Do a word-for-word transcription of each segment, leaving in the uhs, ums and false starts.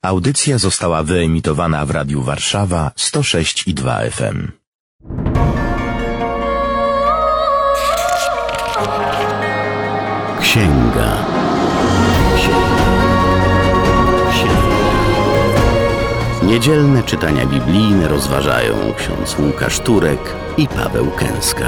Audycja została wyemitowana w Radiu Warszawa sto sześć i dwa F M. Księga. Księga. Księga. Niedzielne czytania biblijne rozważają ksiądz Łukasz Turek i Paweł Kęska.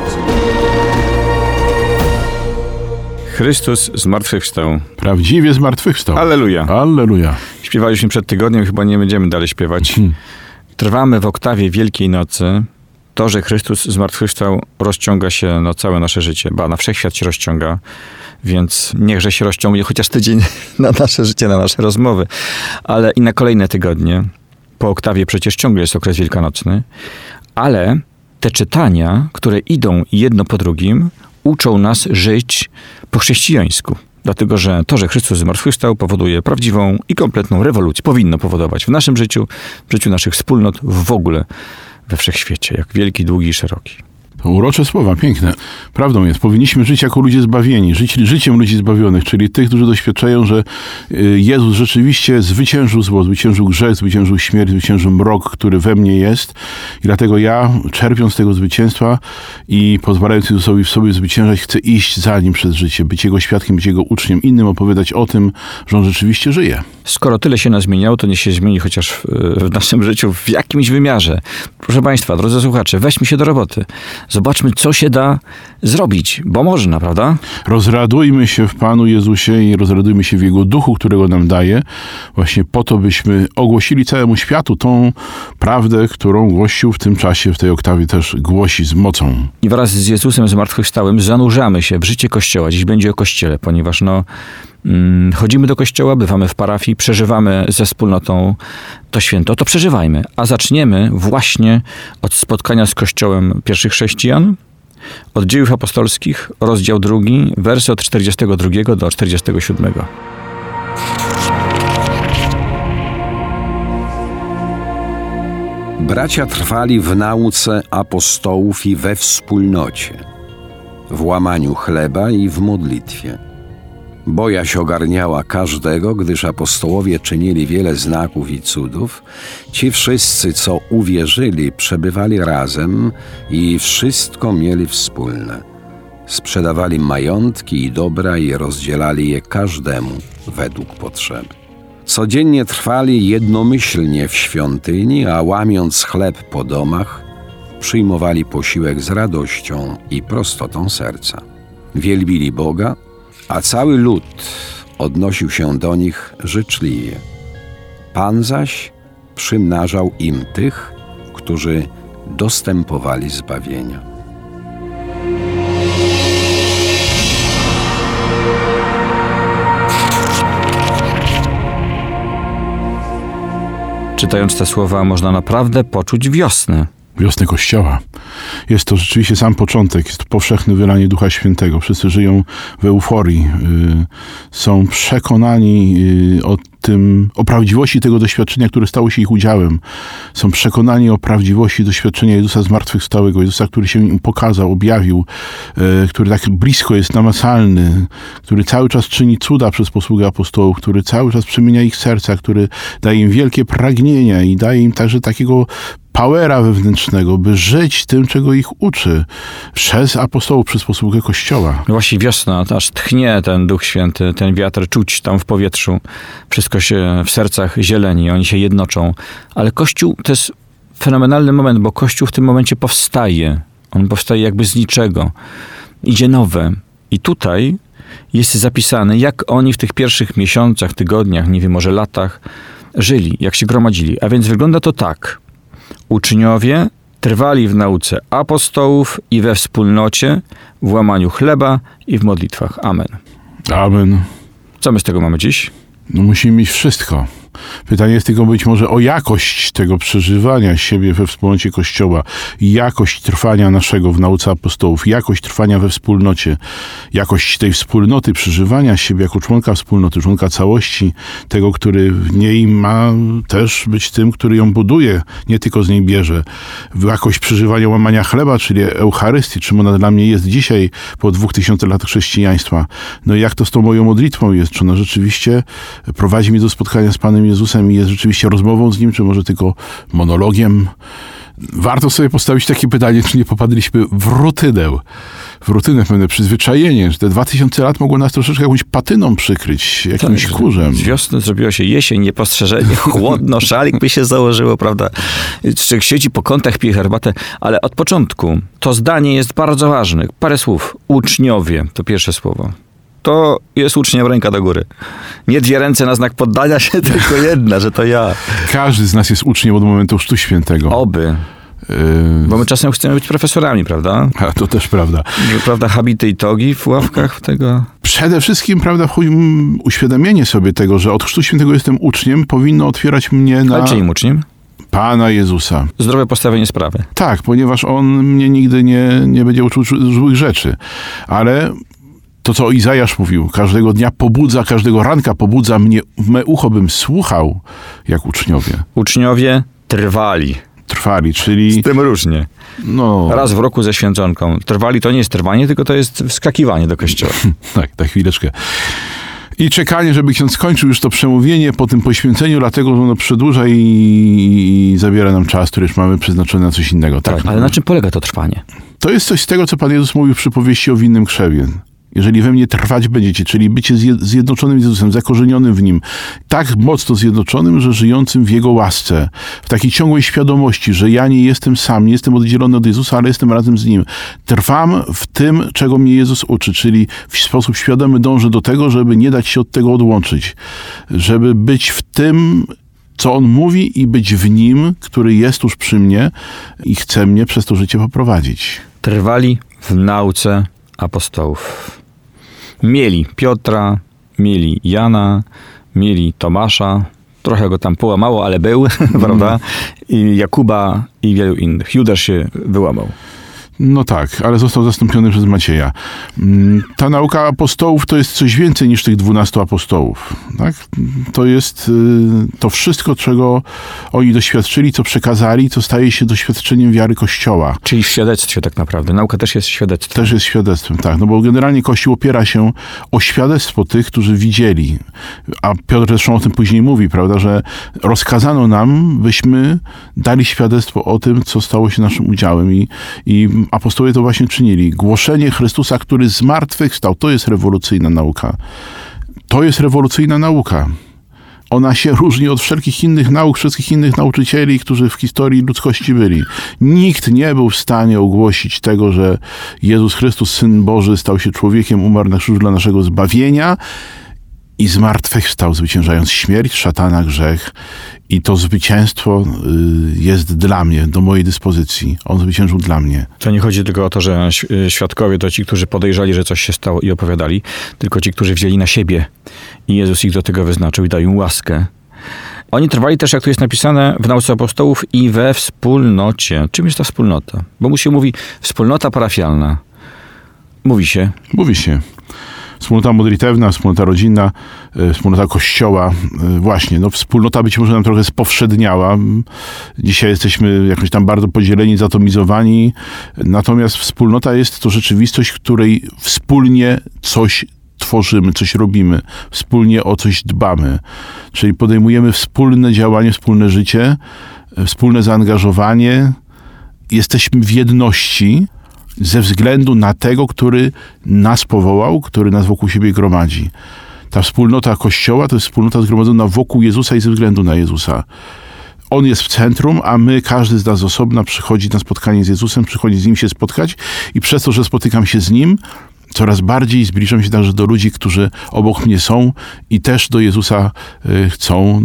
Chrystus zmartwychwstał. Prawdziwie zmartwychwstał. Alleluja. Alleluja. Śpiewaliśmy przed tygodniem, chyba nie będziemy dalej śpiewać. Hmm. Trwamy w oktawie Wielkiej Nocy. To, że Chrystus zmartwychwstał, rozciąga się na całe nasze życie. Ba, na wszechświat się rozciąga. Więc niechże się rozciągnie chociaż tydzień na nasze życie, na nasze rozmowy. Ale i na kolejne tygodnie. Po oktawie przecież ciągle jest okres wielkanocny. Ale te czytania, które idą jedno po drugim, uczą nas żyć po chrześcijańsku. Dlatego, że to, że Chrystus zmartwychwstał, powoduje prawdziwą i kompletną rewolucję. Powinno powodować w naszym życiu, w życiu naszych wspólnot, w ogóle we wszechświecie. Jak wielki, długi i szeroki. To urocze słowa, piękne. Prawdą jest, powinniśmy żyć jako ludzie zbawieni, żyć życiem ludzi zbawionych, czyli tych, którzy doświadczają, że Jezus rzeczywiście zwyciężył zło, zwyciężył grzech, zwyciężył śmierć, zwyciężył mrok, który we mnie jest. I dlatego ja, czerpiąc z tego zwycięstwa i pozwalając Jezusowi w sobie zwyciężać, chcę iść za Nim przez życie, być Jego świadkiem, być Jego uczniem, innym opowiadać o tym, że On rzeczywiście żyje. Skoro tyle się nas zmieniało, to niech się zmieni chociaż w, w naszym życiu w jakimś wymiarze. Proszę Państwa, drodzy słuchacze, weźmy się do roboty. Zobaczmy, co się da zrobić, bo można, prawda? Rozradujmy się w Panu Jezusie i rozradujmy się w Jego duchu, którego nam daje, właśnie po to, byśmy ogłosili całemu światu tą prawdę, którą Kościół w tym czasie, w tej oktawie też głosi z mocą. I wraz z Jezusem zmartwychwstałym zanurzamy się w życie Kościoła. Dziś będzie o Kościele, ponieważ no, hmm, chodzimy do Kościoła, bywamy w parafii, przeżywamy ze wspólnotą to święto. To przeżywajmy, a zaczniemy właśnie od spotkania z Kościołem pierwszych chrześcijan, od Dziejów Apostolskich, rozdział drugi, wersy od czterdziestego drugiego do czterdziestego siódmego. Bracia trwali w nauce apostołów i we wspólnocie, w łamaniu chleba i w modlitwie. Bojaźń ogarniała każdego, gdyż apostołowie czynili wiele znaków i cudów. Ci wszyscy, co uwierzyli, przebywali razem i wszystko mieli wspólne. Sprzedawali majątki i dobra i rozdzielali je każdemu według potrzeby. Codziennie trwali jednomyślnie w świątyni, a łamiąc chleb po domach, przyjmowali posiłek z radością i prostotą serca. Wielbili Boga, a cały lud odnosił się do nich życzliwie. Pan zaś przymnażał im tych, którzy dostępowali zbawienia. Czytając te słowa, można naprawdę poczuć wiosnę. Wiosnę Kościoła. Jest to rzeczywiście sam początek, jest to powszechne wylanie Ducha Świętego. Wszyscy żyją w euforii, są przekonani o tym, o prawdziwości tego doświadczenia, które stało się ich udziałem. Są przekonani o prawdziwości doświadczenia Jezusa zmartwychwstałego, Jezusa, który się im pokazał, objawił, który tak blisko jest, namacalny, który cały czas czyni cuda przez posługę apostołów, który cały czas przemienia ich serca, który daje im wielkie pragnienia i daje im także takiego powera wewnętrznego, by żyć tym, czego ich uczy przez apostołów, przez posługę Kościoła. Właśnie wiosna, aż tchnie ten Duch Święty, ten wiatr czuć tam w powietrzu. Wszystko się w sercach zieleni, oni się jednoczą. Ale Kościół to jest fenomenalny moment, bo Kościół w tym momencie powstaje. On powstaje jakby z niczego. Idzie nowe. I tutaj jest zapisane, jak oni w tych pierwszych miesiącach, tygodniach, nie wiem, może latach żyli, jak się gromadzili. A więc wygląda to tak. Uczniowie trwali w nauce apostołów i we wspólnocie, w łamaniu chleba i w modlitwach. Amen. Amen. Co my z tego mamy dziś? No musimy mieć wszystko. Pytanie jest tylko być może o jakość tego przeżywania siebie we wspólnocie Kościoła, jakość trwania naszego w nauce apostołów, jakość trwania we wspólnocie, jakość tej wspólnoty, przeżywania siebie jako członka wspólnoty, członka całości, tego, który w niej ma też być tym, który ją buduje, nie tylko z niej bierze. Jakość przeżywania łamania chleba, czyli Eucharystii, czym ona dla mnie jest dzisiaj po dwóch tysiącach lat chrześcijaństwa. No i jak to z tą moją modlitwą jest? Czy ona rzeczywiście prowadzi mnie do spotkania z Panem Panem Jezusem i jest rzeczywiście rozmową z Nim, czy może tylko monologiem. Warto sobie postawić takie pytanie, czy nie popadliśmy w rutynę, w rutynę, pewne przyzwyczajenie, że te dwa tysiące lat mogło nas troszeczkę jakąś patyną przykryć, jakimś tak, kurzem. Z wiosny zrobiło się jesień, niepostrzeżenie, chłodno, szalik by się założyło, prawda? Człowiek siedzi po kątach, pije herbatę, ale od początku to zdanie jest bardzo ważne. Parę słów. Uczniowie, to pierwsze słowo. To jest uczniem ręka do góry. Nie dwie ręce na znak poddania się, tylko jedna, że to ja. Każdy z nas jest uczniem od momentu Chrztu Świętego. Oby. Yy, Bo my czasem chcemy być profesorami, prawda? a to też prawda. Że, prawda, habity i togi w ławkach tego... Przede wszystkim, prawda, uświadomienie sobie tego, że od Chrztu Świętego jestem uczniem, powinno otwierać mnie na Ale czyim uczniem? Pana Jezusa. Zdrowe postawienie sprawy. Tak, ponieważ On mnie nigdy nie, nie będzie uczył złych rzeczy. Ale to, co Izajasz mówił, każdego dnia pobudza, każdego ranka pobudza mnie, w me ucho bym słuchał, jak uczniowie. Uczniowie trwali. Trwali, czyli... Z tym różnie. No, Raz w roku ze święconką. Trwali to nie jest trwanie, tylko to jest wskakiwanie do kościoła. tak, tak, chwileczkę. I czekanie, żeby ksiądz skończył już to przemówienie po tym poświęceniu, dlatego że ono przedłuża i, i zabiera nam czas, który już mamy przeznaczony na coś innego. Tak, Tak, ale na czym polega to trwanie? To jest coś z tego, co Pan Jezus mówił w przypowieści o winnym krzewie. Jeżeli we mnie trwać będziecie, czyli bycie zjednoczonym z Jezusem, zakorzenionym w Nim, tak mocno zjednoczonym, że żyjącym w Jego łasce, w takiej ciągłej świadomości, że ja nie jestem sam, nie jestem oddzielony od Jezusa, ale jestem razem z Nim. Trwam w tym, czego mnie Jezus uczy, czyli w sposób świadomy dążę do tego, żeby nie dać się od tego odłączyć, żeby być w tym, co On mówi i być w Nim, który jest tuż przy mnie i chce mnie przez to życie poprowadzić. Trwali w nauce apostołów. Mieli Piotra, mieli Jana, mieli Tomasza, trochę go tam połamało, ale był, prawda? I Jakuba i wielu innych. Judasz się wyłamał. No tak, ale został zastąpiony przez Macieja. Ta nauka apostołów to jest coś więcej niż tych dwunastu apostołów. Tak? To jest to wszystko, czego oni doświadczyli, co przekazali, co staje się doświadczeniem wiary Kościoła. Czyli w świadectwie tak naprawdę. Nauka też jest świadectwem. Też jest świadectwem, tak. No bo generalnie Kościół opiera się o świadectwo tych, którzy widzieli. A Piotr zresztą o tym później mówi, prawda, że rozkazano nam, byśmy dali świadectwo o tym, co stało się naszym udziałem. I, i apostołowie to właśnie czynili. Głoszenie Chrystusa, który z martwych wstał. To jest rewolucyjna nauka. To jest rewolucyjna nauka. Ona się różni od wszelkich innych nauk, wszystkich innych nauczycieli, którzy w historii ludzkości byli. Nikt nie był w stanie ogłosić tego, że Jezus Chrystus, Syn Boży, stał się człowiekiem, umarł na krzyżu dla naszego zbawienia i zmartwychwstał, zwyciężając śmierć, szatana, grzech. I to zwycięstwo jest dla mnie, do mojej dyspozycji. On zwyciężył dla mnie. To nie chodzi tylko o to, że świadkowie to ci, którzy podejrzeli, że coś się stało i opowiadali, tylko ci, którzy wzięli na siebie i Jezus ich do tego wyznaczył i dał im łaskę. Oni trwali też, jak tu jest napisane, w nauce apostołów i we wspólnocie. Czym jest ta wspólnota? Bo mu się mówi wspólnota parafialna. Mówi się. Mówi się. Wspólnota modlitewna, wspólnota rodzinna, wspólnota Kościoła. Właśnie, no wspólnota być może nam trochę spowszedniała. Dzisiaj jesteśmy jakoś tam bardzo podzieleni, zatomizowani. Natomiast wspólnota jest to rzeczywistość, w której wspólnie coś tworzymy, coś robimy. Wspólnie o coś dbamy. Czyli podejmujemy wspólne działanie, wspólne życie, wspólne zaangażowanie. Jesteśmy w jedności ze względu na tego, który nas powołał, który nas wokół siebie gromadzi. Ta wspólnota Kościoła to jest wspólnota zgromadzona wokół Jezusa i ze względu na Jezusa. On jest w centrum, a my, każdy z nas z osobna przychodzi na spotkanie z Jezusem, przychodzi z Nim się spotkać i przez to, że spotykam się z Nim, coraz bardziej zbliżam się także do ludzi, którzy obok mnie są i też do Jezusa chcą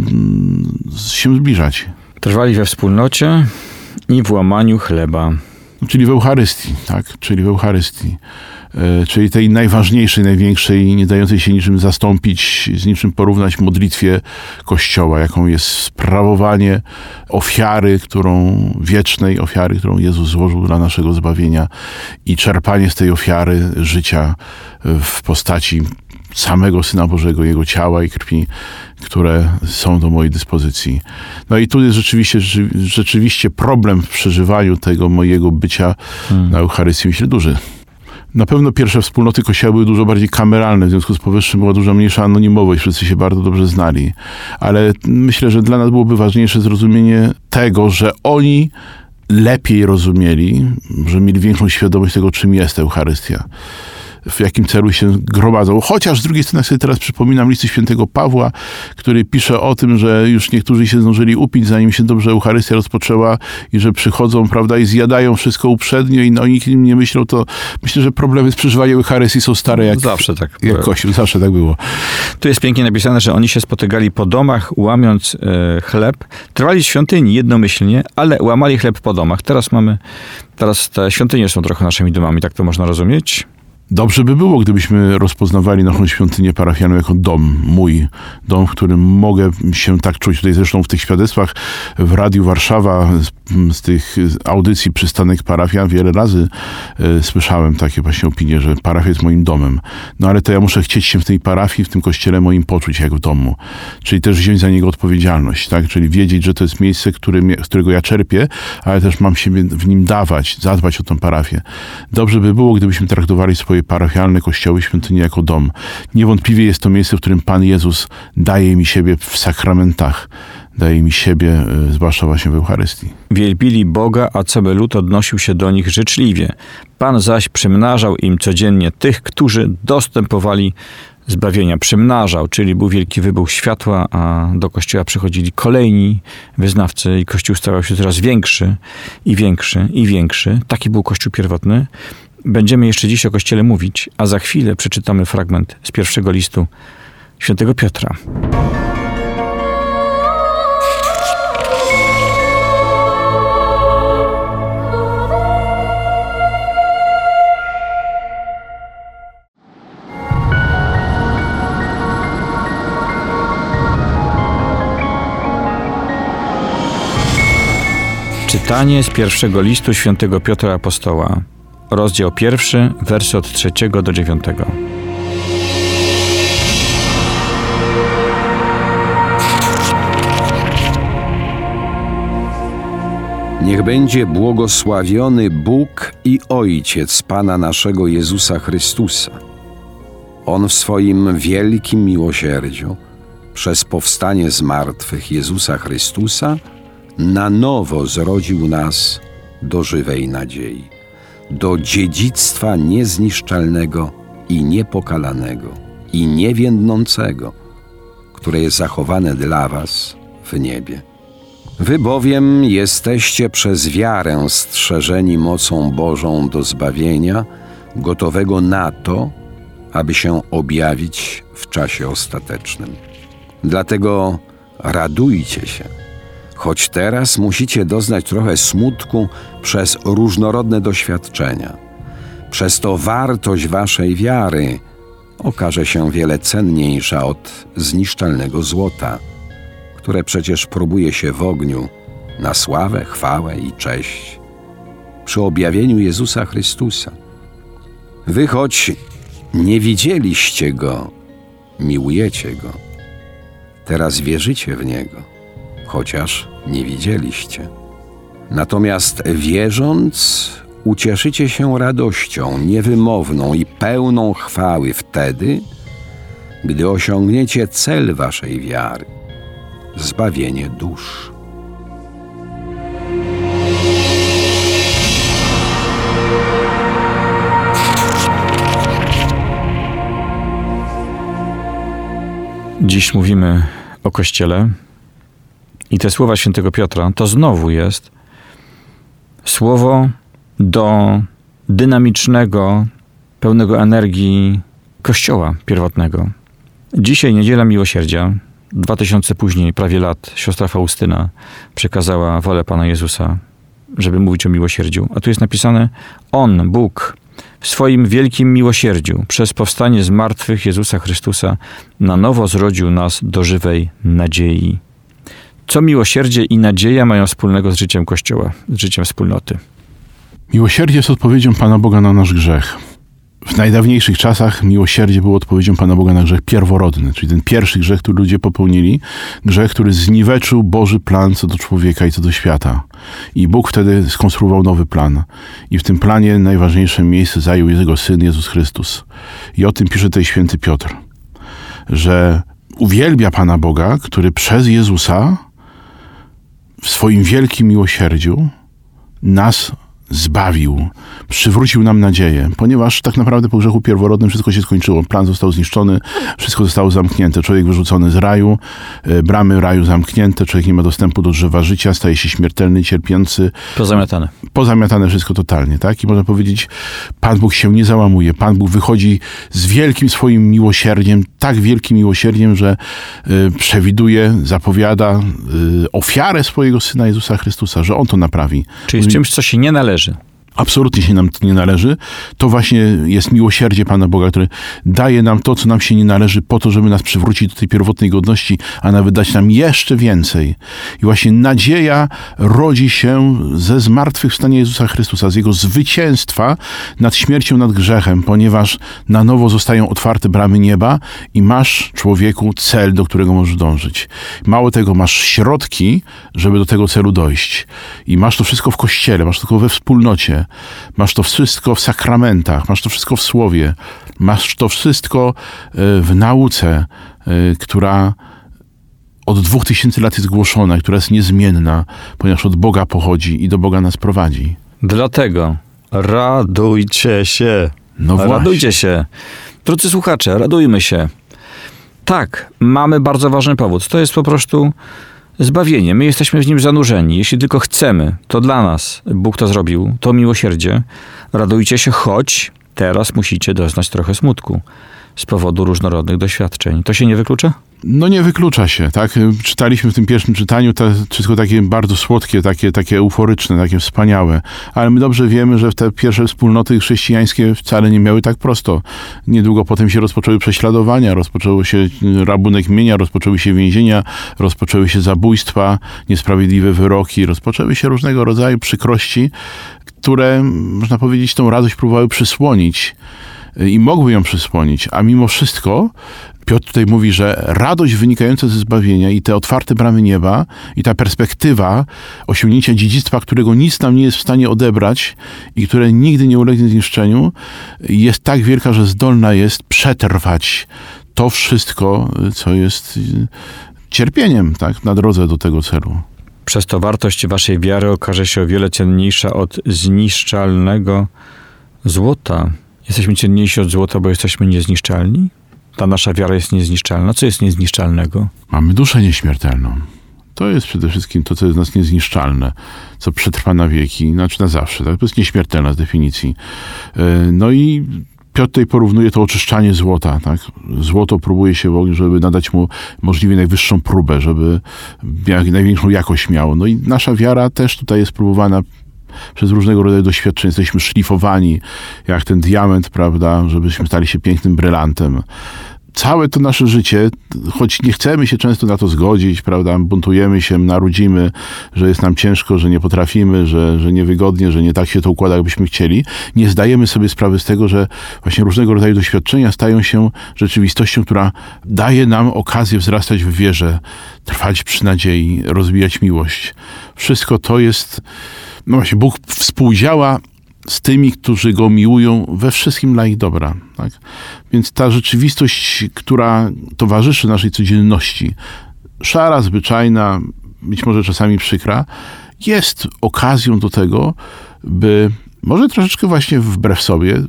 się zbliżać. Trwali we wspólnocie i w łamaniu chleba. Czyli w Eucharystii, tak? Czyli w Eucharystii. E, czyli tej najważniejszej, największej, nie dającej się niczym zastąpić, z niczym porównać modlitwie Kościoła, jaką jest sprawowanie ofiary, którą, wiecznej ofiary, którą Jezus złożył dla naszego zbawienia i czerpanie z tej ofiary życia w postaci samego Syna Bożego, Jego ciała i krwi, które są do mojej dyspozycji. No i tu jest rzeczywiście, rzeczywiście problem w przeżywaniu tego mojego bycia hmm. na Eucharystii, myślę, duży. Na pewno pierwsze wspólnoty Kościoła były dużo bardziej kameralne, w związku z powyższym była dużo mniejsza anonimowość, wszyscy się bardzo dobrze znali. Ale myślę, że dla nas byłoby ważniejsze zrozumienie tego, że oni lepiej rozumieli, że mieli większą świadomość tego, czym jest Eucharystia, w jakim celu się gromadzą. Chociaż z drugiej strony sobie teraz przypominam listy świętego Pawła, który pisze o tym, że już niektórzy się zdążyli upić, zanim się dobrze Eucharystia rozpoczęła i że przychodzą, prawda, i zjadają wszystko uprzednio i o nikim nie myślą, to myślę, że problemy z przeżywaniem Eucharystii są stare jak, zawsze tak jak Kościół. Zawsze tak było. Tu jest pięknie napisane, że oni się spotykali po domach, łamiąc e, chleb. Trwali w świątyni jednomyślnie, ale łamali chleb po domach. Teraz mamy, teraz te świątynie są trochę naszymi domami, tak to można rozumieć? Dobrze by było, gdybyśmy rozpoznawali naszą świątynię parafialną jako dom, mój dom, w którym mogę się tak czuć. Tutaj zresztą w tych świadectwach w Radiu Warszawa, z, z tych audycji Przystanek Parafia wiele razy y, słyszałem takie właśnie opinie, że parafia jest moim domem. No ale to ja muszę chcieć się w tej parafii, w tym kościele moim poczuć jak w domu. Czyli też wziąć za niego odpowiedzialność, tak? Czyli wiedzieć, że to jest miejsce, którym, z którego ja czerpię, ale też mam siebie w nim dawać, zadbać o tę parafię. Dobrze by było, gdybyśmy traktowali swoje parafialne kościoły, świątynie jako dom. Niewątpliwie jest to miejsce, w którym Pan Jezus daje mi siebie w sakramentach, daje mi siebie, zwłaszcza właśnie w Eucharystii. Wielbili Boga, a cały lud odnosił się do nich życzliwie. Pan zaś przymnażał im codziennie tych, którzy dostępowali zbawienia. Przymnażał, czyli był wielki wybuch światła, a do kościoła przychodzili kolejni wyznawcy i kościół stawał się coraz większy i większy i większy. Taki był kościół pierwotny. Będziemy jeszcze dziś o Kościele mówić, a za chwilę przeczytamy fragment z pierwszego listu świętego Piotra. Czytanie z pierwszego listu świętego Piotra Apostoła. Rozdział pierwszy, wersy od trzeciego do dziewiątego. Niech będzie błogosławiony Bóg i Ojciec Pana naszego Jezusa Chrystusa. On w swoim wielkim miłosierdziu przez powstanie z martwych Jezusa Chrystusa na nowo zrodził nas do żywej nadziei, do dziedzictwa niezniszczalnego i niepokalanego i niewiędnącego, które jest zachowane dla was w niebie. Wy bowiem jesteście przez wiarę strzeżeni mocą Bożą do zbawienia, gotowego na to, aby się objawić w czasie ostatecznym. Dlatego radujcie się, choć teraz musicie doznać trochę smutku przez różnorodne doświadczenia. Przez to wartość waszej wiary okaże się wiele cenniejsza od zniszczalnego złota, które przecież próbuje się w ogniu na sławę, chwałę i cześć przy objawieniu Jezusa Chrystusa. Wy choć nie widzieliście Go, miłujecie Go. Teraz wierzycie w Niego, chociaż nie widzieliście. Natomiast wierząc, ucieszycie się radością niewymowną i pełną chwały wtedy, gdy osiągniecie cel waszej wiary – zbawienie dusz. Dziś mówimy o Kościele i te słowa świętego Piotra to znowu jest słowo do dynamicznego, pełnego energii Kościoła pierwotnego. Dzisiaj Niedziela Miłosierdzia. Dwa tysiące później, prawie lat, siostra Faustyna przekazała wolę Pana Jezusa, żeby mówić o miłosierdziu. A tu jest napisane: On, Bóg, w swoim wielkim miłosierdziu przez powstanie z martwych Jezusa Chrystusa na nowo zrodził nas do żywej nadziei. Co miłosierdzie i nadzieja mają wspólnego z życiem Kościoła, z życiem wspólnoty? Miłosierdzie jest odpowiedzią Pana Boga na nasz grzech. W najdawniejszych czasach miłosierdzie było odpowiedzią Pana Boga na grzech pierworodny, czyli ten pierwszy grzech, który ludzie popełnili, grzech, który zniweczył Boży plan co do człowieka i co do świata. I Bóg wtedy skonstruował nowy plan. I w tym planie najważniejsze miejsce zajął Jego Syn Jezus Chrystus. I o tym pisze tutaj święty Piotr, że uwielbia Pana Boga, który przez Jezusa w swoim wielkim miłosierdziu nas zbawił, przywrócił nam nadzieję, ponieważ tak naprawdę po grzechu pierworodnym wszystko się skończyło. Plan został zniszczony, wszystko zostało zamknięte. Człowiek wyrzucony z raju, bramy raju zamknięte, człowiek nie ma dostępu do drzewa życia, staje się śmiertelny, cierpiący. Pozamiatane. Pozamiatane wszystko totalnie, tak? I można powiedzieć, Pan Bóg się nie załamuje. Pan Bóg wychodzi z wielkim swoim miłosierdziem, tak wielkim miłosierdziem, że y, przewiduje, zapowiada y, ofiarę swojego Syna Jezusa Chrystusa, że On to naprawi. Czyli z czymś, co się nie należy. Absolutnie się nam to nie należy. To właśnie jest miłosierdzie Pana Boga, który daje nam to, co nam się nie należy, po to, żeby nas przywrócić do tej pierwotnej godności, a nawet dać nam jeszcze więcej. I właśnie nadzieja rodzi się ze zmartwychwstania Jezusa Chrystusa, z Jego zwycięstwa nad śmiercią, nad grzechem, ponieważ na nowo zostają otwarte bramy nieba i masz, człowieku, cel, do którego możesz dążyć. Mało tego, masz środki, żeby do tego celu dojść. I masz to wszystko w Kościele, masz to tylko we wspólnocie. Masz to wszystko w sakramentach, masz to wszystko w słowie, masz to wszystko w nauce, która od dwóch tysięcy lat jest głoszona, która jest niezmienna, ponieważ od Boga pochodzi i do Boga nas prowadzi. Dlatego radujcie się. No właśnie. Radujcie się. Drodzy słuchacze, radujmy się. Tak, mamy bardzo ważny powód. To jest po prostu zbawienie. My jesteśmy w nim zanurzeni. Jeśli tylko chcemy, to dla nas Bóg to zrobił. To miłosierdzie. Radujcie się, choć teraz musicie doznać trochę smutku z powodu różnorodnych doświadczeń. To się nie wyklucza? No nie wyklucza się, tak? Czytaliśmy w tym pierwszym czytaniu to wszystko takie bardzo słodkie, takie, takie euforyczne, takie wspaniałe. Ale my dobrze wiemy, że te pierwsze wspólnoty chrześcijańskie wcale nie miały tak prosto. Niedługo potem się rozpoczęły prześladowania, rozpoczęło się rabunek mienia, rozpoczęły się więzienia, rozpoczęły się zabójstwa, niesprawiedliwe wyroki, rozpoczęły się różnego rodzaju przykrości, które, można powiedzieć, tą radość próbowały przysłonić. I mogły ją przysłonić, a mimo wszystko Piotr tutaj mówi, że radość wynikająca ze zbawienia i te otwarte bramy nieba i ta perspektywa osiągnięcia dziedzictwa, którego nic nam nie jest w stanie odebrać i które nigdy nie ulegnie zniszczeniu, jest tak wielka, że zdolna jest przetrwać to wszystko, co jest cierpieniem, tak, na drodze do tego celu. Przez to wartość waszej wiary okaże się o wiele cenniejsza od zniszczalnego złota. Jesteśmy cenniejsi od złota, bo jesteśmy niezniszczalni? Ta nasza wiara jest niezniszczalna. Co jest niezniszczalnego? Mamy duszę nieśmiertelną. To jest przede wszystkim to, co jest w nas niezniszczalne, co przetrwa na wieki, znaczy na zawsze. Tak? To jest nieśmiertelna z definicji. No i Piotr tutaj porównuje to oczyszczanie złota. Tak? Złoto próbuje się, żeby nadać mu możliwie najwyższą próbę, żeby jak największą jakość miało. No i nasza wiara też tutaj jest próbowana przez różnego rodzaju doświadczenia. Jesteśmy szlifowani jak ten diament, prawda, żebyśmy stali się pięknym brylantem. Całe to nasze życie, choć nie chcemy się często na to zgodzić, prawda, buntujemy się, narudzimy, że jest nam ciężko, że nie potrafimy, że, że niewygodnie, że nie tak się to układa, jakbyśmy chcieli, nie zdajemy sobie sprawy z tego, że właśnie różnego rodzaju doświadczenia stają się rzeczywistością, która daje nam okazję wzrastać w wierze, trwać przy nadziei, rozwijać miłość. Wszystko to jest, no właśnie, Bóg współdziała z tymi, którzy Go miłują we wszystkim dla ich dobra. Tak? Więc ta rzeczywistość, która towarzyszy naszej codzienności, szara, zwyczajna, być może czasami przykra, jest okazją do tego, by może troszeczkę właśnie wbrew sobie,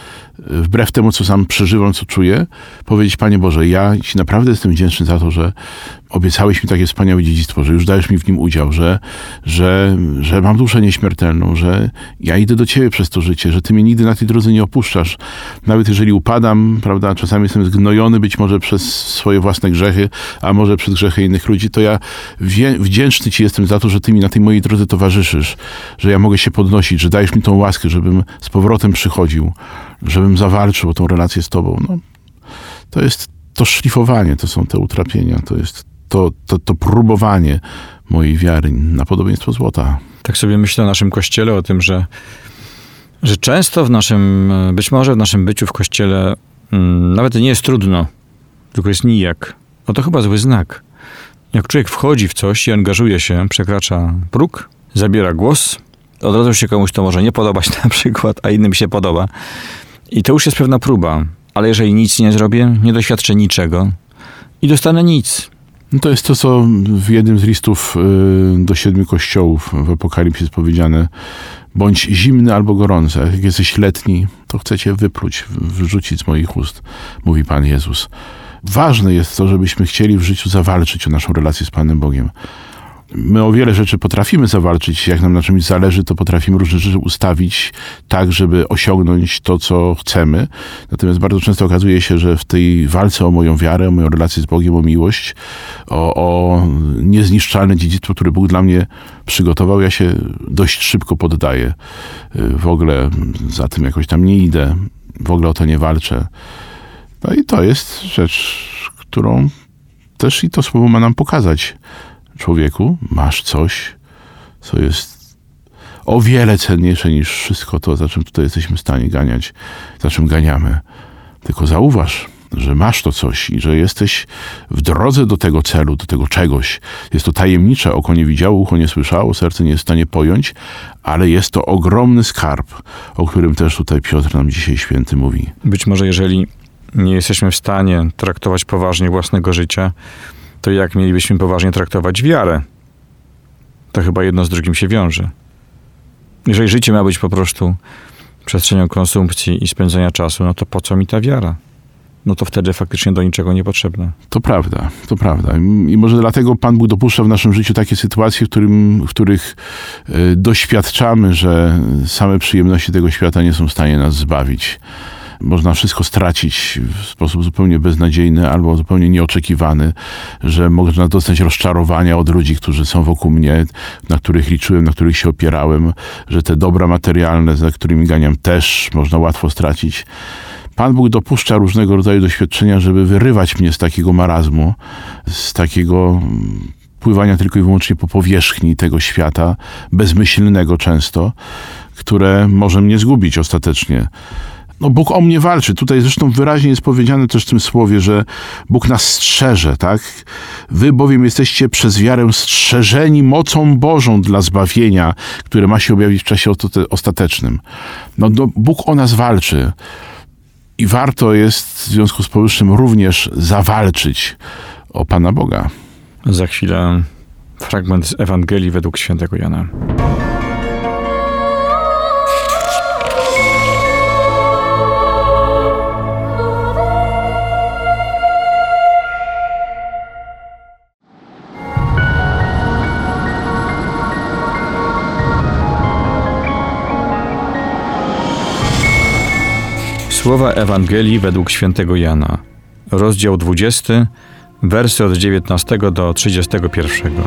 wbrew temu, co sam przeżywam, co czuję, powiedzieć: Panie Boże, ja Ci naprawdę jestem wdzięczny za to, że obiecałeś mi takie wspaniałe dziedzictwo, że już dajesz mi w nim udział, że, że, że mam duszę nieśmiertelną, że ja idę do Ciebie przez to życie, że Ty mnie nigdy na tej drodze nie opuszczasz. Nawet jeżeli upadam, prawda, czasami jestem zgnojony być może przez swoje własne grzechy, a może przez grzechy innych ludzi, to ja wie, wdzięczny Ci jestem za to, że Ty mi na tej mojej drodze towarzyszysz, że ja mogę się podnosić, że dajesz mi tą łaskę, żebym z powrotem przychodził, żebym zawalczył o tą relację z Tobą. No, to jest to szlifowanie, to są te utrapienia, to jest to, to, to próbowanie mojej wiary na podobieństwo złota. Tak sobie myślę o naszym Kościele, o tym, że że często w naszym, być może w naszym byciu w Kościele mm, nawet nie jest trudno, tylko jest nijak. No to chyba zły znak. Jak człowiek wchodzi w coś i angażuje się, przekracza próg, zabiera głos, od razu się komuś to może nie podobać na przykład, a innym się podoba. I to już jest pewna próba. Ale jeżeli nic nie zrobię, nie doświadczę niczego i dostanę nic. No to jest to, co w jednym z listów y, do siedmiu kościołów w Apokalipsie jest powiedziane. Bądź zimny albo gorący. Jak jesteś letni, to chcecie wypluć, wyrzucić z moich ust, mówi Pan Jezus. Ważne jest to, żebyśmy chcieli w życiu zawalczyć o naszą relację z Panem Bogiem. My o wiele rzeczy potrafimy zawalczyć. Jak nam na czymś zależy, to potrafimy różne rzeczy ustawić tak, żeby osiągnąć to, co chcemy. Natomiast bardzo często okazuje się, że w tej walce o moją wiarę, o moją relację z Bogiem, o miłość, o, o niezniszczalne dziedzictwo, które Bóg dla mnie przygotował, ja się dość szybko poddaję. W ogóle za tym jakoś tam nie idę. W ogóle o to nie walczę. No i to jest rzecz, którą też i to słowo ma nam pokazać. Człowieku, masz coś, co jest o wiele cenniejsze niż wszystko to, za czym tutaj jesteśmy w stanie ganiać, za czym ganiamy. Tylko zauważ, że masz to coś i że jesteś w drodze do tego celu, do tego czegoś. Jest to tajemnicze, oko nie widziało, ucho nie słyszało, serce nie jest w stanie pojąć, ale jest to ogromny skarb, o którym też tutaj Piotr nam dzisiaj święty mówi. Być może jeżeli nie jesteśmy w stanie traktować poważnie własnego życia, to jak mielibyśmy poważnie traktować wiarę? To chyba jedno z drugim się wiąże. Jeżeli życie ma być po prostu przestrzenią konsumpcji i spędzenia czasu, no to po co mi ta wiara? No to wtedy faktycznie do niczego niepotrzebna. To prawda, to prawda. I może dlatego Pan Bóg dopuszcza w naszym życiu takie sytuacje, w, którym, w których y, doświadczamy, że same przyjemności tego świata nie są w stanie nas zbawić. Można wszystko stracić w sposób zupełnie beznadziejny albo zupełnie nieoczekiwany, że można dostać rozczarowania od ludzi, którzy są wokół mnie, na których liczyłem, na których się opierałem, że te dobra materialne, za którymi ganiam, też można łatwo stracić. Pan Bóg dopuszcza różnego rodzaju doświadczenia, żeby wyrywać mnie z takiego marazmu, z takiego pływania tylko i wyłącznie po powierzchni tego świata, bezmyślnego często, które może mnie zgubić ostatecznie. No Bóg o mnie walczy. Tutaj zresztą wyraźnie jest powiedziane też w tym słowie, że Bóg nas strzeże, tak? Wy bowiem jesteście przez wiarę strzeżeni mocą Bożą dla zbawienia, które ma się objawić w czasie ostatecznym. No, no Bóg o nas walczy. I warto jest w związku z powyższym również zawalczyć o Pana Boga. Za chwilę fragment z Ewangelii według świętego Jana. Słowa Ewangelii według świętego Jana, rozdział dwudziesty, wersy od dziewiętnastego do trzydziestego pierwszego.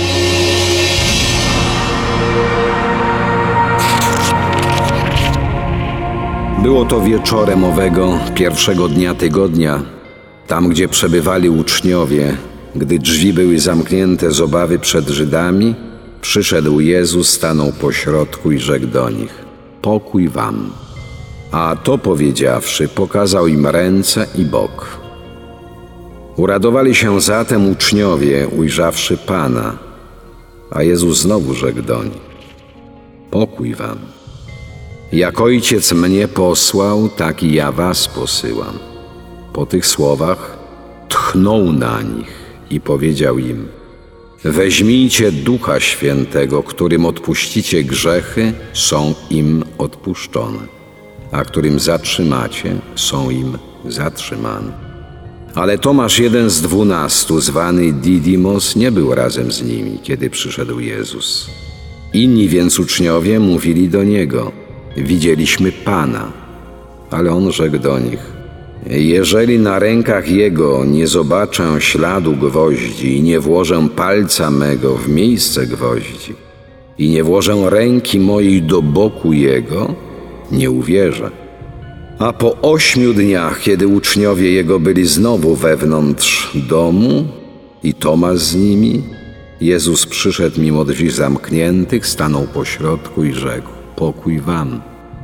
Było to wieczorem owego pierwszego dnia tygodnia, tam gdzie przebywali uczniowie, gdy drzwi były zamknięte z obawy przed Żydami, przyszedł Jezus, stanął pośrodku i rzekł do nich: pokój wam. A to powiedziawszy, pokazał im ręce i bok. Uradowali się zatem uczniowie, ujrzawszy Pana, a Jezus znowu rzekł do nich: pokój wam. Jak Ojciec mnie posłał, tak i ja was posyłam. Po tych słowach tchnął na nich i powiedział im: weźmijcie Ducha Świętego, którym odpuścicie grzechy, są im odpuszczone, a którym zatrzymacie, są im zatrzymane. Ale Tomasz, jeden z dwunastu, zwany Didymos, nie był razem z nimi, kiedy przyszedł Jezus. Inni więc uczniowie mówili do Niego: widzieliśmy Pana. Ale On rzekł do nich: jeżeli na rękach Jego nie zobaczę śladu gwoździ i nie włożę palca mego w miejsce gwoździ i nie włożę ręki mojej do boku Jego, nie uwierzę. A po ośmiu dniach, kiedy uczniowie Jego byli znowu wewnątrz domu i Tomasz z nimi, Jezus przyszedł mimo drzwi zamkniętych, stanął pośrodku i rzekł: pokój wam.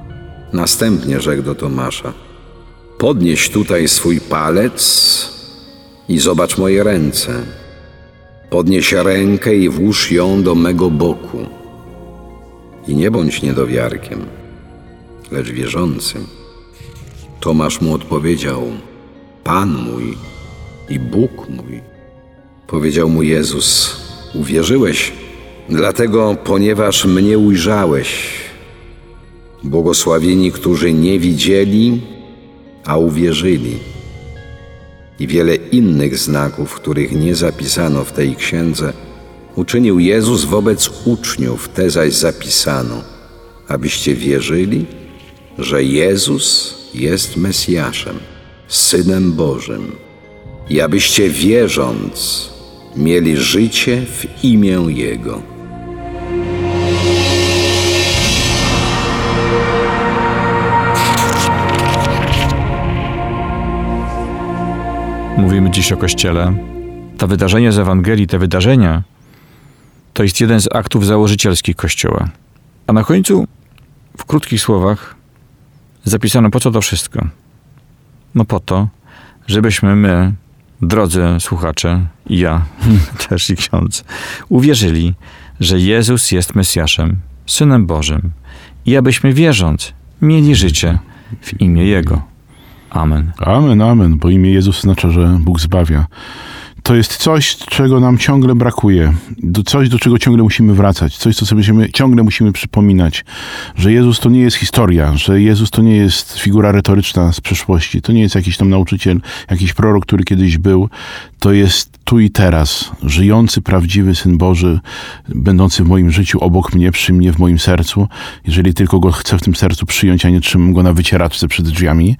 Następnie rzekł do Tomasza: podnieś tutaj swój palec i zobacz moje ręce. Podnieś rękę i włóż ją do mego boku. I nie bądź niedowiarkiem, lecz wierzącym. Tomasz mu odpowiedział: Pan mój i Bóg mój. Powiedział mu Jezus: uwierzyłeś, dlatego ponieważ mnie ujrzałeś. Błogosławieni, którzy nie widzieli, a uwierzyli. I wiele innych znaków, których nie zapisano w tej księdze, uczynił Jezus wobec uczniów, te zaś zapisano, abyście wierzyli, że Jezus jest Mesjaszem, Synem Bożym, i abyście wierząc mieli życie w imię Jego. Mówimy dziś o Kościele. To wydarzenie z Ewangelii, te wydarzenia, to jest jeden z aktów założycielskich Kościoła. A na końcu, w krótkich słowach, zapisano, po co to wszystko? No po to, żebyśmy my, drodzy słuchacze, i ja też i ksiądz, uwierzyli, że Jezus jest Mesjaszem, Synem Bożym, i abyśmy wierząc mieli życie w imię Jego. Amen. Amen, amen, bo imię Jezus oznacza, że Bóg zbawia. To jest coś, czego nam ciągle brakuje. Coś, do czego ciągle musimy wracać. Coś, co sobie ciągle musimy przypominać. Że Jezus to nie jest historia. Że Jezus to nie jest figura retoryczna z przeszłości. To nie jest jakiś tam nauczyciel, jakiś prorok, który kiedyś był. To jest tu i teraz. Żyjący, prawdziwy Syn Boży, będący w moim życiu, obok mnie, przy mnie, w moim sercu. Jeżeli tylko Go chcę w tym sercu przyjąć, a nie trzymam Go na wycieraczce przed drzwiami.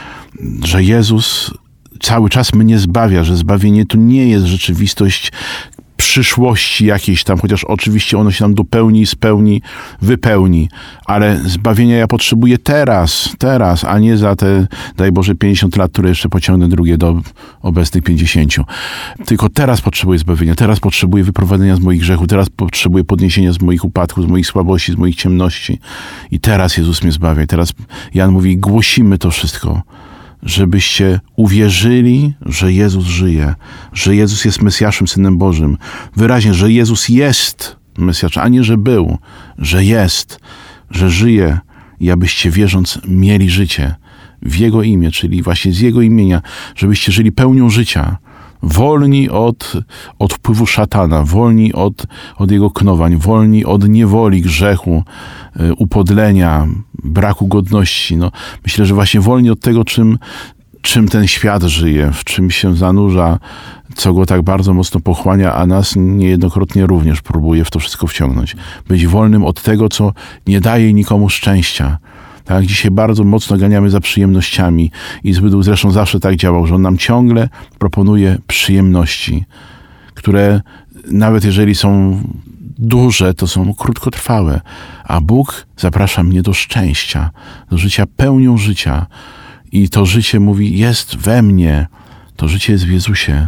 Że Jezus cały czas mnie zbawia, że zbawienie to nie jest rzeczywistość przyszłości jakiejś tam, chociaż oczywiście ono się tam dopełni, spełni, wypełni, ale zbawienia ja potrzebuję teraz, teraz, a nie za te, daj Boże, pięćdziesiąt lat, które jeszcze pociągnę drugie do obecnych pięćdziesięciu. Tylko teraz potrzebuję zbawienia, teraz potrzebuję wyprowadzenia z moich grzechów, teraz potrzebuję podniesienia z moich upadków, z moich słabości, z moich ciemności. I teraz Jezus mnie zbawia. I teraz Jan mówi, głosimy to wszystko, żebyście uwierzyli, że Jezus żyje, że Jezus jest Mesjaszem, Synem Bożym. Wyraźnie, że Jezus jest Mesjaszem, a nie, że był, że jest, że żyje i abyście wierząc mieli życie w Jego imię, czyli właśnie z Jego imienia, żebyście żyli pełnią życia, wolni od, od wpływu szatana, wolni od, od jego knowań, wolni od niewoli, grzechu, upodlenia, braku godności. No, myślę, że właśnie wolni od tego, czym, czym ten świat żyje, w czym się zanurza, co go tak bardzo mocno pochłania, a nas niejednokrotnie również próbuje w to wszystko wciągnąć. Być wolnym od tego, co nie daje nikomu szczęścia. Tak, dzisiaj bardzo mocno ganiamy za przyjemnościami i Zbyt zresztą zawsze tak działał, że on nam ciągle proponuje przyjemności, które nawet jeżeli są duże, to są krótkotrwałe, a Bóg zaprasza mnie do szczęścia, do życia pełnią życia i to życie, mówi, jest we mnie, to życie jest w Jezusie,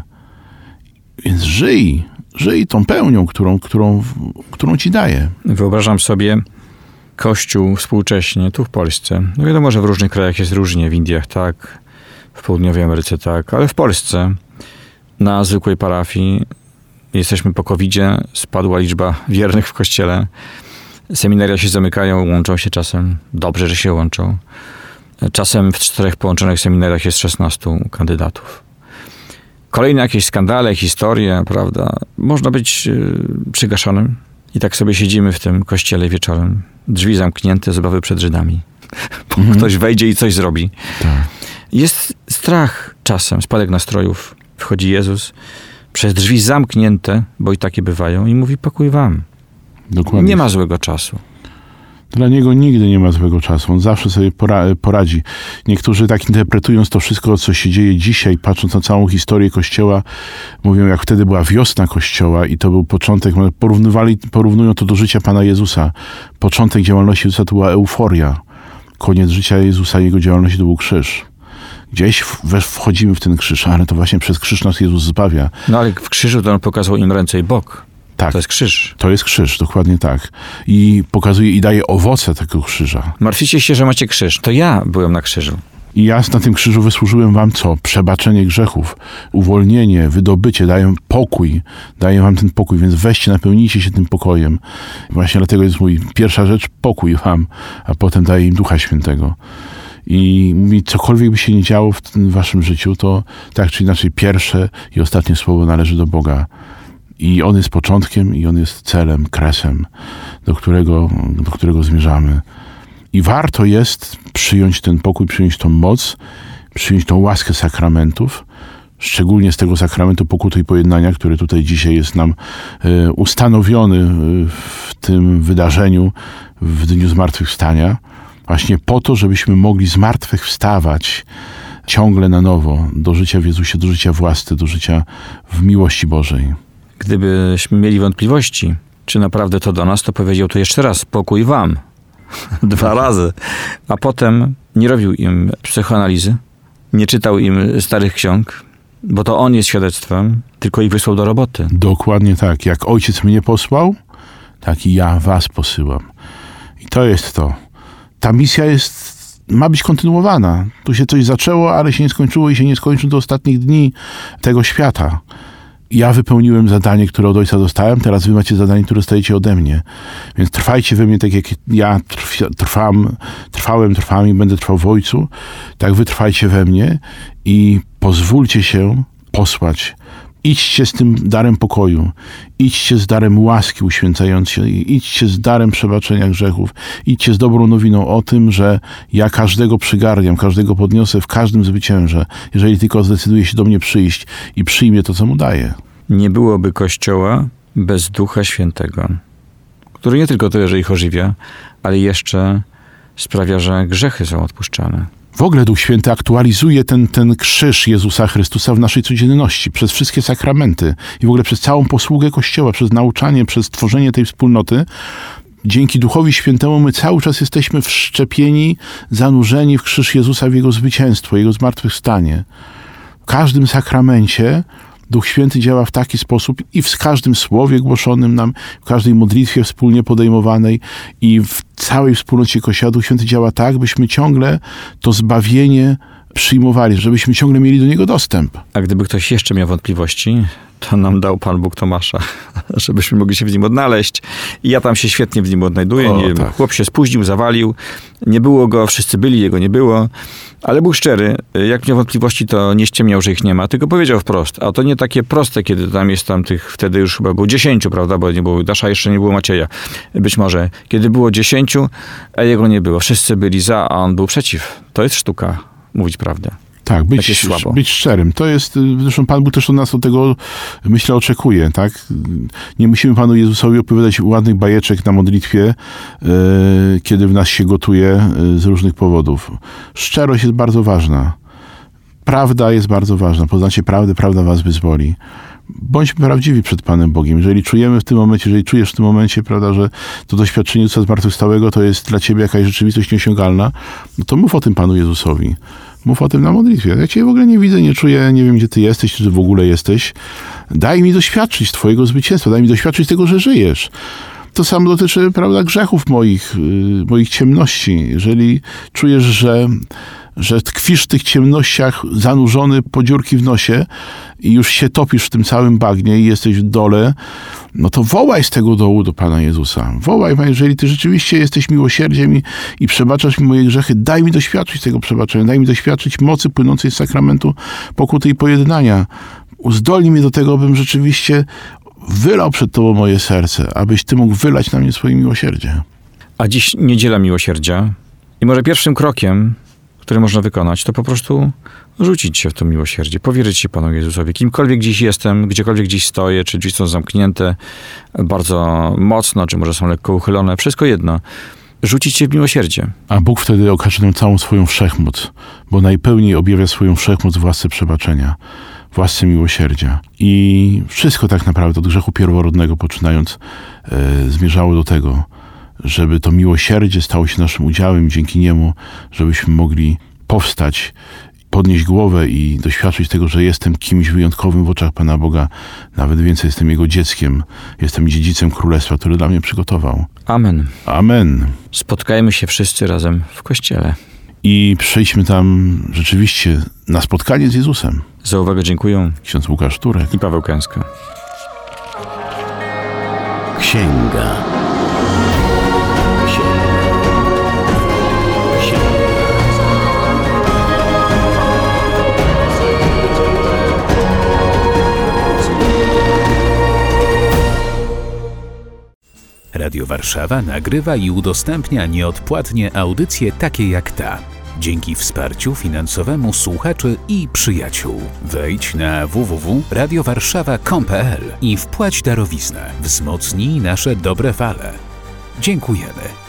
więc żyj, żyj tą pełnią, którą, którą, którą ci daje. Wyobrażam sobie Kościół współcześnie, tu w Polsce. No wiadomo, że w różnych krajach jest różnie, w Indiach tak, w południowej Ameryce tak, ale w Polsce na zwykłej parafii jesteśmy po kowidzie, spadła liczba wiernych w kościele. Seminaria się zamykają, łączą się czasem. Dobrze, że się łączą. Czasem w czterech połączonych seminariach jest szesnastu kandydatów. Kolejne jakieś skandale, historie, prawda? Można być przygaszonym. I tak sobie siedzimy w tym kościele wieczorem. Drzwi zamknięte, z obawy przed Żydami. Bo mhm. ktoś wejdzie i coś zrobi. Tak. Jest strach czasem, spadek nastrojów. Wchodzi Jezus przez drzwi zamknięte, bo i takie bywają, i mówi, pokój wam. Dokładnie. Nie ma złego czasu. Dla Niego nigdy nie ma złego czasu. On zawsze sobie poradzi. Niektórzy tak interpretując to wszystko, co się dzieje dzisiaj, patrząc na całą historię Kościoła, mówią, jak wtedy była wiosna Kościoła i to był początek, porównywali, porównują to do życia Pana Jezusa. Początek działalności Jezusa to była euforia. Koniec życia Jezusa i Jego działalności to był krzyż. Gdzieś wchodzimy w ten krzyż, ale to właśnie przez krzyż nas Jezus zbawia. No ale w krzyżu to On pokazał im ręce i bok. Tak. To jest krzyż. To jest krzyż, dokładnie tak. I pokazuje i daje owoce tego krzyża. Martwicie się, że macie krzyż. To ja byłem na krzyżu. I ja na tym krzyżu wysłużyłem wam co? Przebaczenie grzechów, uwolnienie, wydobycie, daję pokój, daję wam ten pokój, więc weźcie, napełnijcie się tym pokojem. Właśnie dlatego jest mój pierwsza rzecz, pokój wam, a potem daję im Ducha Świętego. I mówi, cokolwiek by się nie działo w tym waszym życiu, to tak czy inaczej pierwsze i ostatnie słowo należy do Boga. I On jest początkiem i On jest celem, kresem, do którego, do którego zmierzamy. I warto jest przyjąć ten pokój, przyjąć tą moc, przyjąć tą łaskę sakramentów, szczególnie z tego sakramentu pokuty i pojednania, który tutaj dzisiaj jest nam y, ustanowiony w tym wydarzeniu w Dniu Zmartwychwstania. Właśnie po to, żebyśmy mogli zmartwychwstawać ciągle na nowo do życia w Jezusie, do życia w łasce, do życia w miłości Bożej. Gdybyśmy mieli wątpliwości, czy naprawdę to do nas, to powiedział to jeszcze raz, pokój wam. Dwa razy. A potem nie robił im psychoanalizy, nie czytał im starych ksiąg, bo to on jest świadectwem, tylko ich wysłał do roboty. Dokładnie tak. Jak Ojciec mnie posłał, tak i ja was posyłam. I to jest to. Ta misja jest, ma być kontynuowana. Tu się coś zaczęło, ale się nie skończyło i się nie skończy do ostatnich dni tego świata. Ja wypełniłem zadanie, które od Ojca dostałem, teraz wy macie zadanie, które dostajecie ode mnie. Więc trwajcie we mnie tak, jak ja trwam, trwałem, trwam i będę trwał w Ojcu. Tak wy trwajcie we mnie i pozwólcie się posłać. Idźcie z tym darem pokoju. Idźcie z darem łaski uświęcającej. Idźcie z darem przebaczenia grzechów. Idźcie z dobrą nowiną o tym, że ja każdego przygarniam, każdego podniosę, w każdym zwyciężę, jeżeli tylko zdecyduje się do mnie przyjść i przyjmie to, co mu daje. Nie byłoby Kościoła bez Ducha Świętego, który nie tylko tyle, że ich ożywia, ale jeszcze sprawia, że grzechy są odpuszczane. W ogóle Duch Święty aktualizuje ten, ten krzyż Jezusa Chrystusa w naszej codzienności, przez wszystkie sakramenty i w ogóle przez całą posługę Kościoła, przez nauczanie, przez tworzenie tej wspólnoty. Dzięki Duchowi Świętemu my cały czas jesteśmy wszczepieni, zanurzeni w krzyż Jezusa, w Jego zwycięstwo, Jego zmartwychwstanie. W każdym sakramencie Duch Święty działa w taki sposób i w każdym słowie głoszonym nam, w każdej modlitwie wspólnie podejmowanej i w całej wspólnocie Kościoła Duch Święty działa tak, byśmy ciągle to zbawienie przyjmowali, żebyśmy ciągle mieli do niego dostęp. A gdyby ktoś jeszcze miał wątpliwości, to nam dał Pan Bóg Tomasza, żebyśmy mogli się w nim odnaleźć. I ja tam się świetnie w nim odnajduję. O, nie wiem, tak. Chłop się spóźnił, zawalił. Nie było go, wszyscy byli, jego nie było. Ale był szczery. Jak miał wątpliwości, to nie ściemniał, że ich nie ma, tylko powiedział wprost. A to nie takie proste, kiedy tam jest tam tych, wtedy już chyba było dziesięciu, prawda, bo nie było Dasza, jeszcze nie było Macieja. Być może. Kiedy było dziesięciu, a jego nie było. Wszyscy byli za, a on był przeciw. To jest sztuka, mówić prawdę. Tak, być, słabo. być szczerym. To jest, zresztą Pan Bóg też od nas od tego, myślę, oczekuje, tak? Nie musimy Panu Jezusowi opowiadać ładnych bajeczek na modlitwie, yy, kiedy w nas się gotuje yy, z różnych powodów. Szczerość jest bardzo ważna. Prawda jest bardzo ważna. Poznacie prawdę, prawda was wyzwoli. Bądźmy prawdziwi przed Panem Bogiem. Jeżeli czujemy w tym momencie, jeżeli czujesz w tym momencie, prawda, że to doświadczenie Jezusa zmartwychwstałego to jest dla ciebie jakaś rzeczywistość nieosiągalna, no to mów o tym Panu Jezusowi. Mów o tym na modlitwie. Ja cię w ogóle nie widzę, nie czuję, nie wiem, gdzie ty jesteś, czy ty w ogóle jesteś. Daj mi doświadczyć twojego zwycięstwa, daj mi doświadczyć tego, że żyjesz. To samo dotyczy, prawda, grzechów moich, yy, moich ciemności. Jeżeli czujesz, że, że tkwisz w tych ciemnościach zanurzony po dziurki w nosie i już się topisz w tym całym bagnie i jesteś w dole, no to wołaj z tego dołu do Pana Jezusa. Wołaj, jeżeli ty rzeczywiście jesteś miłosierdziem i, i przebaczasz mi moje grzechy, daj mi doświadczyć tego przebaczenia, daj mi doświadczyć mocy płynącej z sakramentu pokuty i pojednania. Uzdolnij mnie do tego, abym rzeczywiście wylał przed Tobą moje serce, abyś Ty mógł wylać na mnie swoje miłosierdzie. A dziś Niedziela Miłosierdzia. I może pierwszym krokiem, który można wykonać, to po prostu rzucić się w to miłosierdzie, powierzyć się Panu Jezusowi. Kimkolwiek dziś jestem, gdziekolwiek dziś stoję, czy drzwi są zamknięte bardzo mocno, czy może są lekko uchylone, wszystko jedno. Rzucić się w miłosierdzie. A Bóg wtedy okaże nam całą swoją wszechmoc, bo najpełniej objawia swoją wszechmoc w łasce przebaczenia, w łasce miłosierdzia. I wszystko tak naprawdę od grzechu pierworodnego poczynając e, zmierzało do tego, żeby to miłosierdzie stało się naszym udziałem, dzięki niemu, żebyśmy mogli powstać, podnieść głowę i doświadczyć tego, że jestem kimś wyjątkowym w oczach Pana Boga. Nawet więcej, jestem Jego dzieckiem. Jestem dziedzicem Królestwa, które dla mnie przygotował. Amen. Amen. Spotkajmy się wszyscy razem w Kościele. I przyjdźmy tam rzeczywiście na spotkanie z Jezusem. Za uwagę dziękuję. Ksiądz Łukasz Turek I Paweł Kęska. Księga. Radio Warszawa nagrywa i udostępnia nieodpłatnie audycje takie jak ta. Dzięki wsparciu finansowemu słuchaczy i przyjaciół. Wejdź na w w w kropka radio warszawa kropka com kropka p l i wpłać darowiznę. Wzmocnij nasze dobre fale. Dziękujemy.